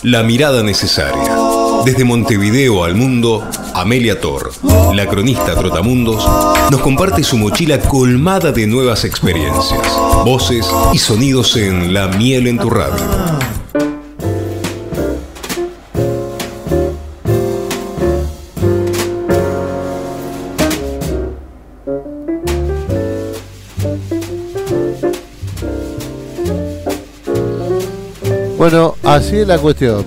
La mirada necesaria. Desde Montevideo al mundo, Amelia Tor, la cronista Trotamundos, nos comparte su mochila colmada de nuevas experiencias, voces y sonidos en La Miel en tu Radio. Bueno, así es la cuestión,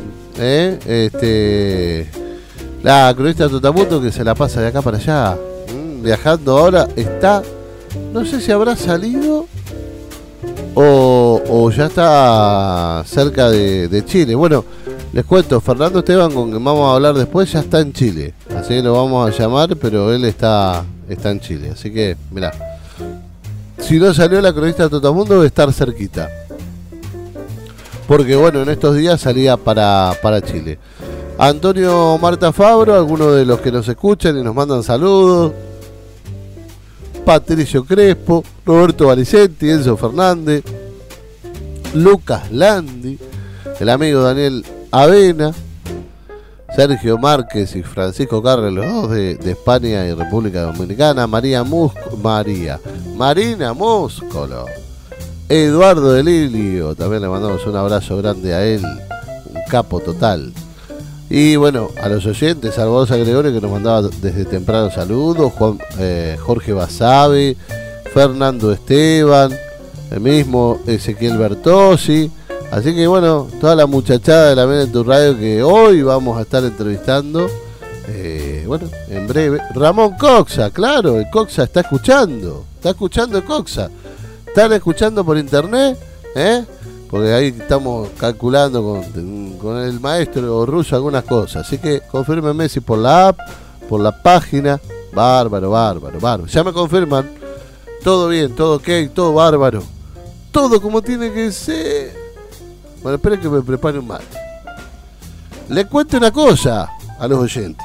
la cronista Trotamundos que se la pasa de acá para allá, viajando ahora, está, no sé si habrá salido o ya está cerca de Chile. Bueno, les cuento, Fernando Esteban, con quien vamos a hablar después, ya está en Chile, así que lo vamos a llamar, pero él está en Chile, así que, mirá, si no salió la cronista Trotamundos debe estar cerquita. Porque bueno, en estos días salía para Chile. Antonio Marta Fabro, algunos de los que nos escuchan y nos mandan saludos. Patricio Crespo, Roberto Valicenti, Enzo Fernández, Lucas Landi, el amigo Daniel Avena, Sergio Márquez y Francisco Carres, los dos de España y República Dominicana, Marina Múscolo, Eduardo de Lilio, también le mandamos un abrazo grande a él, un capo total. Y bueno, a los oyentes, a Barbosa Gregorio, que nos mandaba desde temprano saludos, Jorge Basabe, Fernando Esteban, el mismo Ezequiel Bertossi. Así que bueno, toda la muchachada de La Miel en tu Radio que hoy vamos a estar entrevistando, bueno, en breve. Ramón Coxa, claro, el Coxa está escuchando el Coxa. ¿Están escuchando por internet? Porque ahí estamos calculando con el maestro ruso algunas cosas. Así que confírmenme si por la app, por la página. Bárbaro. Ya me confirman. Todo bien, todo ok, todo bárbaro. Todo como tiene que ser. Bueno, esperen que me prepare un mate. Les cuento una cosa a los oyentes.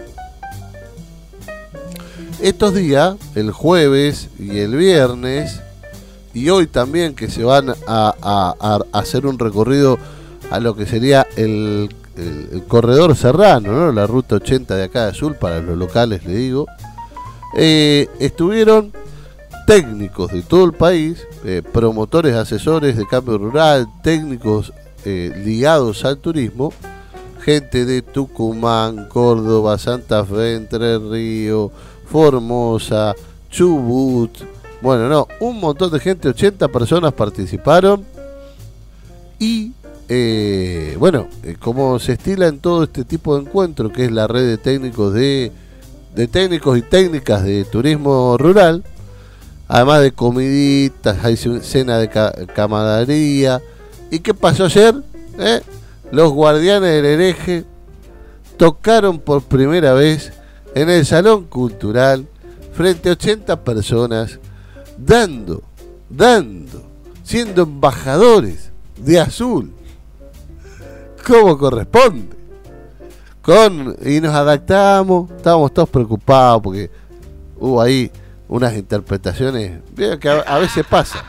Estos días, el jueves y el viernes, y hoy también, que se van a hacer un recorrido a lo que sería el corredor serrano, ¿no? La ruta 80 de acá de Azul, para los locales le digo. Estuvieron técnicos de todo el país, promotores, asesores de cambio rural, técnicos ligados al turismo, gente de Tucumán, Córdoba, Santa Fe, Entre Ríos, Formosa, Chubut. Bueno, no, un montón de gente, 80 personas participaron. Y bueno, como se estila en todo este tipo de encuentro, que es la red de técnicos de técnicos y técnicas de turismo rural, además de comiditas, hay cena de camaradería. ¿Y qué pasó ayer? Los Guardianes del Hereje tocaron por primera vez en el Salón Cultural frente a 80 personas, dando, siendo embajadores de Azul, como corresponde. Y nos adaptamos, estábamos todos preocupados porque hubo ahí unas interpretaciones, que a veces pasa.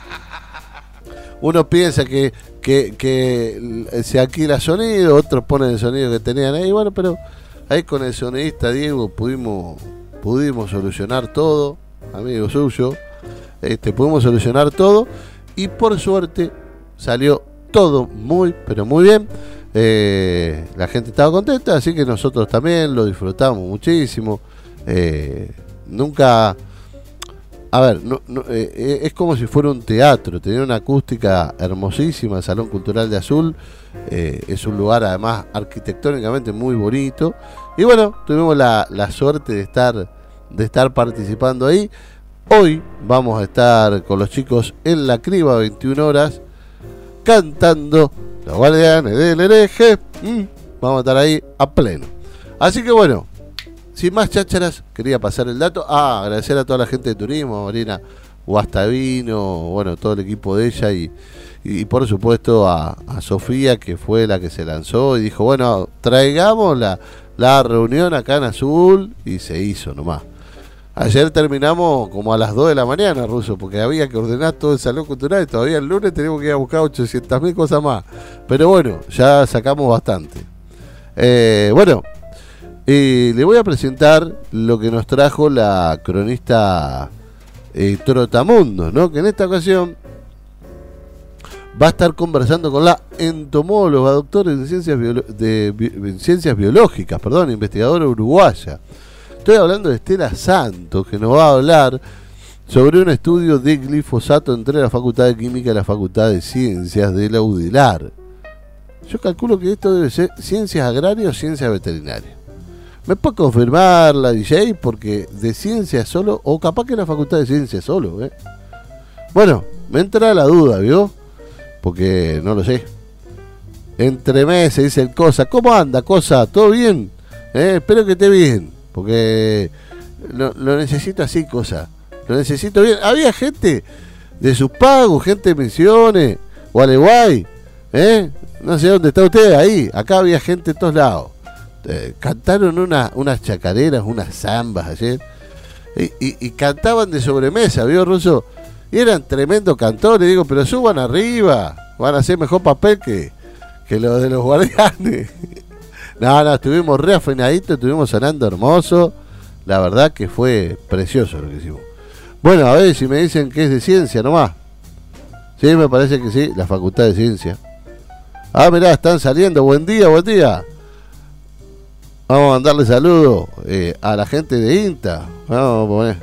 Uno piensa que se alquila sonido, otros ponen el sonido que tenían ahí, bueno, pero ahí con el sonidista Diego pudimos solucionar todo, amigo suyo. Pudimos solucionar todo y por suerte salió todo muy, pero muy bien. La gente estaba contenta, así que nosotros también lo disfrutamos muchísimo. Nunca, a ver, es como si fuera un teatro, tenía una acústica hermosísima. El Salón Cultural de Azul es un lugar además arquitectónicamente muy bonito. Y bueno, tuvimos la suerte de estar participando ahí. Hoy vamos a estar con los chicos en la criba 21 horas cantando Los Guardianes del Hereje. Vamos a estar ahí a pleno. Así que bueno, sin más chácharas, quería pasar el dato. Agradecer a toda la gente de turismo, a Marina Guastavino, bueno, todo el equipo de ella y por supuesto a Sofía, que fue la que se lanzó y dijo, bueno, traigamos la reunión acá en Azul, y se hizo nomás. Ayer terminamos como a las 2 de la mañana, Ruso, porque había que ordenar todo el salón cultural y todavía el lunes tenemos que ir a buscar 800.000 cosas más. Pero bueno, ya sacamos bastante. Le voy a presentar lo que nos trajo la cronista Trotamundos, ¿no? Que en esta ocasión va a estar conversando con la entomóloga, doctora en ciencias biológicas, investigadora uruguaya. Estoy hablando de Estela Santos, que nos va a hablar sobre un estudio de glifosato entre la Facultad de Química y la Facultad de Ciencias de la UDELAR. Yo calculo que esto debe ser ciencias agrarias o ciencias veterinarias. ¿Me puede confirmar la DJ? Porque de ciencias solo, o capaz que la Facultad de Ciencias solo, Bueno, me entra la duda, ¿vio? Porque no lo sé. Entre meses dicen Cosa. ¿Cómo anda, Cosa? ¿Todo bien? Espero que esté bien. Porque lo necesito así, Cosa. Lo necesito bien. Había gente de sus pagos, gente de Misiones, Gualeguay. No sé dónde está usted, ahí. Acá había gente de todos lados. Cantaron unas chacareras, unas zambas ayer. Y cantaban de sobremesa, ¿vio, Ruso? Y eran tremendos cantores. Digo, pero suban arriba. Van a hacer mejor papel que los de los Guardianes. No, estuvimos re afinaditos, estuvimos sonando hermoso. La verdad que fue precioso lo que hicimos. Bueno, a ver si me dicen que es de ciencia nomás. Sí, me parece que sí, la Facultad de Ciencia. Ah, mirá, están saliendo. Buen día, buen día. Vamos a mandarle saludos a la gente de INTA. Vamos a poner.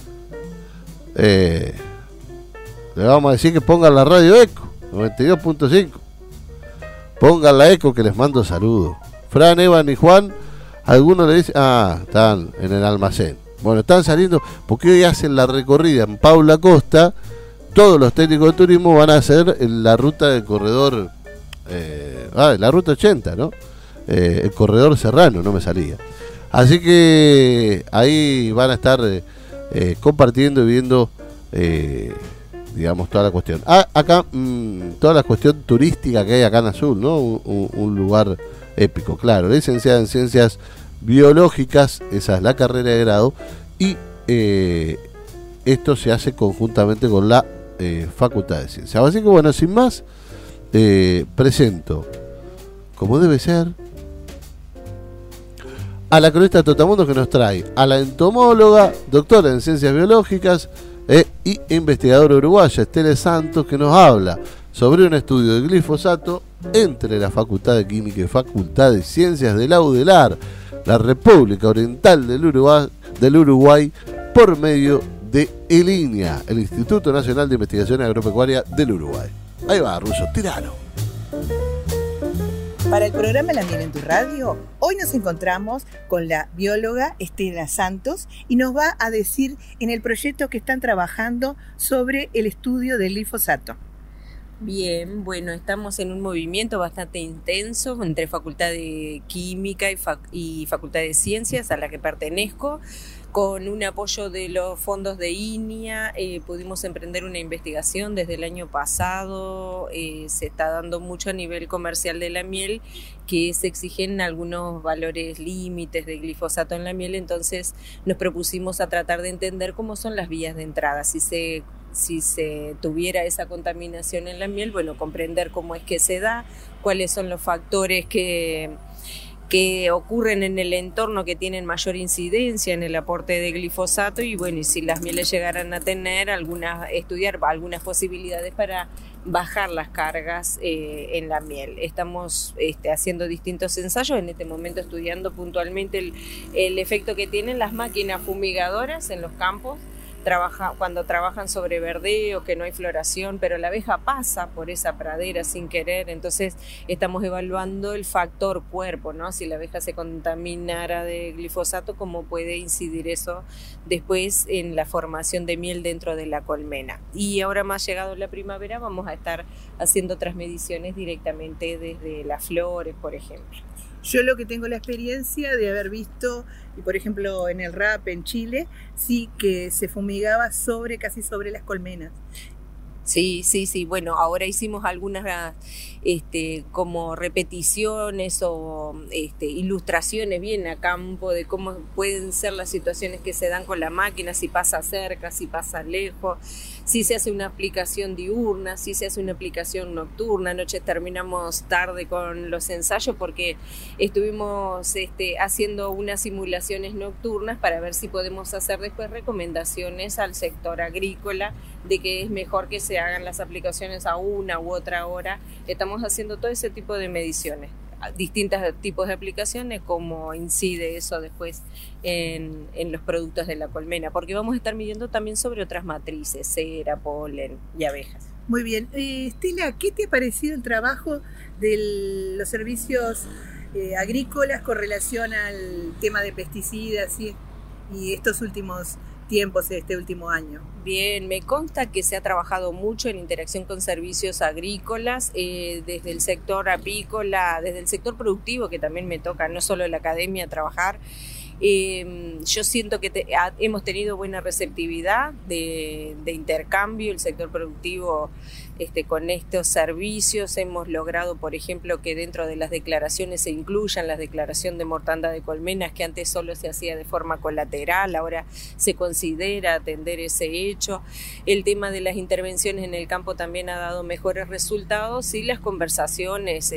Le vamos a decir que pongan la radio Eco 92.5. Pongan la Eco que les mando saludos. Fran, Evan y Juan, algunos le dicen, están en el almacén. Bueno, están saliendo porque hoy hacen la recorrida en Paula Costa. Todos los técnicos de turismo van a hacer la ruta del corredor, la ruta 80, ¿no? El corredor serrano, no me salía. Así que ahí van a estar compartiendo y viendo, digamos, toda la cuestión. Acá, toda la cuestión turística que hay acá en Azul, ¿no? Un lugar épico, claro. Licenciada en Ciencias Biológicas, esa es la carrera de grado, y esto se hace conjuntamente con la Facultad de Ciencias. Así que bueno, sin más, presento, como debe ser, a la cronista Trotamundos que nos trae a la entomóloga, doctora en Ciencias Biológicas y investigadora uruguaya Estela Santos, que nos habla sobre un estudio de glifosato entre la Facultad de Química y Facultad de Ciencias de la UDELAR, la República Oriental del Uruguay, por medio de INIA, el Instituto Nacional de Investigación Agropecuaria del Uruguay. Ahí va, Ruso, tirano. Para el programa La Miel en tu Radio, hoy nos encontramos con la bióloga Estela Santos y nos va a decir en el proyecto que están trabajando sobre el estudio del glifosato. Bien, bueno, estamos en un movimiento bastante intenso entre Facultad de Química y Facultad de Ciencias, a la que pertenezco. Con un apoyo de los fondos de INIA pudimos emprender una investigación desde el año pasado. Se está dando mucho a nivel comercial de la miel, que se exigen algunos valores límites de glifosato en la miel, entonces nos propusimos a tratar de entender cómo son las vías de entrada. Si se tuviera esa contaminación en la miel, bueno, comprender cómo es que se da, cuáles son los factores que ocurren en el entorno que tienen mayor incidencia en el aporte de glifosato y bueno, y si las mieles llegaran a tener estudiar algunas posibilidades para bajar las cargas en la miel. Estamos haciendo distintos ensayos, en este momento estudiando puntualmente el efecto que tienen las máquinas fumigadoras en los campos, cuando trabajan sobre verdeo, que no hay floración, pero la abeja pasa por esa pradera sin querer, entonces estamos evaluando el factor cuerpo, ¿no? Si la abeja se contaminara de glifosato, ¿cómo puede incidir eso después en la formación de miel dentro de la colmena? Y ahora más llegado la primavera vamos a estar haciendo otras mediciones directamente desde las flores, por ejemplo. Yo lo que tengo la experiencia de haber visto, y por ejemplo en el RAP en Chile, sí que se fumigaba casi sobre las colmenas. Sí. Bueno, ahora hicimos algunas como repeticiones o ilustraciones bien a campo de cómo pueden ser las situaciones que se dan con la máquina, si pasa cerca, si pasa lejos, si se hace una aplicación diurna, si se hace una aplicación nocturna. Anoche terminamos tarde con los ensayos porque estuvimos haciendo unas simulaciones nocturnas para ver si podemos hacer después recomendaciones al sector agrícola de que es mejor que se hagan las aplicaciones a una u otra hora. Estamos haciendo todo ese tipo de mediciones, distintos tipos de aplicaciones, cómo incide eso después en los productos de la colmena, porque vamos a estar midiendo también sobre otras matrices, cera, polen y abejas. Muy bien. Estela, ¿qué te ha parecido el trabajo de los servicios agrícolas con relación al tema de pesticidas y estos últimos tiempos, este último año? Bien, me consta que se ha trabajado mucho en interacción con servicios agrícolas, desde el sector apícola, desde el sector productivo, que también me toca, no solo en la academia, trabajar. Yo siento que hemos tenido buena receptividad de intercambio, el sector productivo con estos servicios. Hemos logrado, por ejemplo, que dentro de las declaraciones se incluyan la declaración de mortandad de colmenas, que antes solo se hacía de forma colateral, ahora se considera atender ese hecho. El tema de las intervenciones en el campo también ha dado mejores resultados, y las conversaciones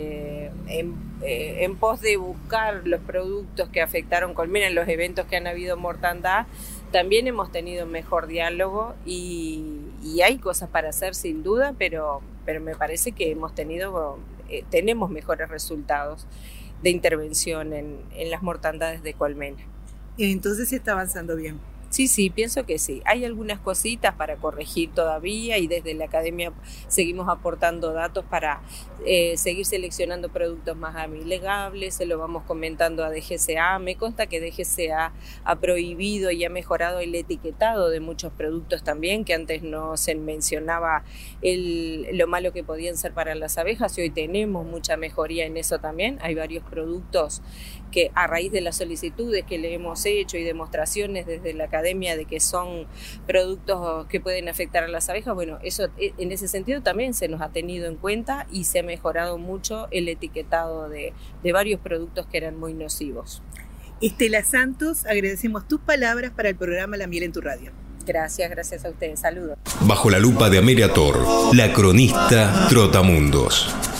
en pos de buscar los productos que afectaron colmena en los eventos que han habido mortandad, también hemos tenido mejor diálogo y hay cosas para hacer sin duda, pero me parece que tenemos mejores resultados de intervención en las mortandades de colmena. Entonces se está avanzando bien. Sí, pienso que sí. Hay algunas cositas para corregir todavía, y desde la academia seguimos aportando datos para seguir seleccionando productos más amigables. Se lo vamos comentando a DGCA. Me consta que DGCA ha prohibido y ha mejorado el etiquetado de muchos productos también, que antes no se mencionaba lo malo que podían ser para las abejas, y hoy tenemos mucha mejoría en eso también. Hay varios productos que, a raíz de las solicitudes que le hemos hecho y demostraciones desde la academia de que son productos que pueden afectar a las abejas, bueno, eso en ese sentido también se nos ha tenido en cuenta, y se ha mejorado mucho el etiquetado de varios productos que eran muy nocivos. Estela Santos, agradecemos tus palabras para el programa La Miel en tu Radio. Gracias a ustedes. Saludos. Bajo la lupa de Amelia Tor, la cronista Trotamundos.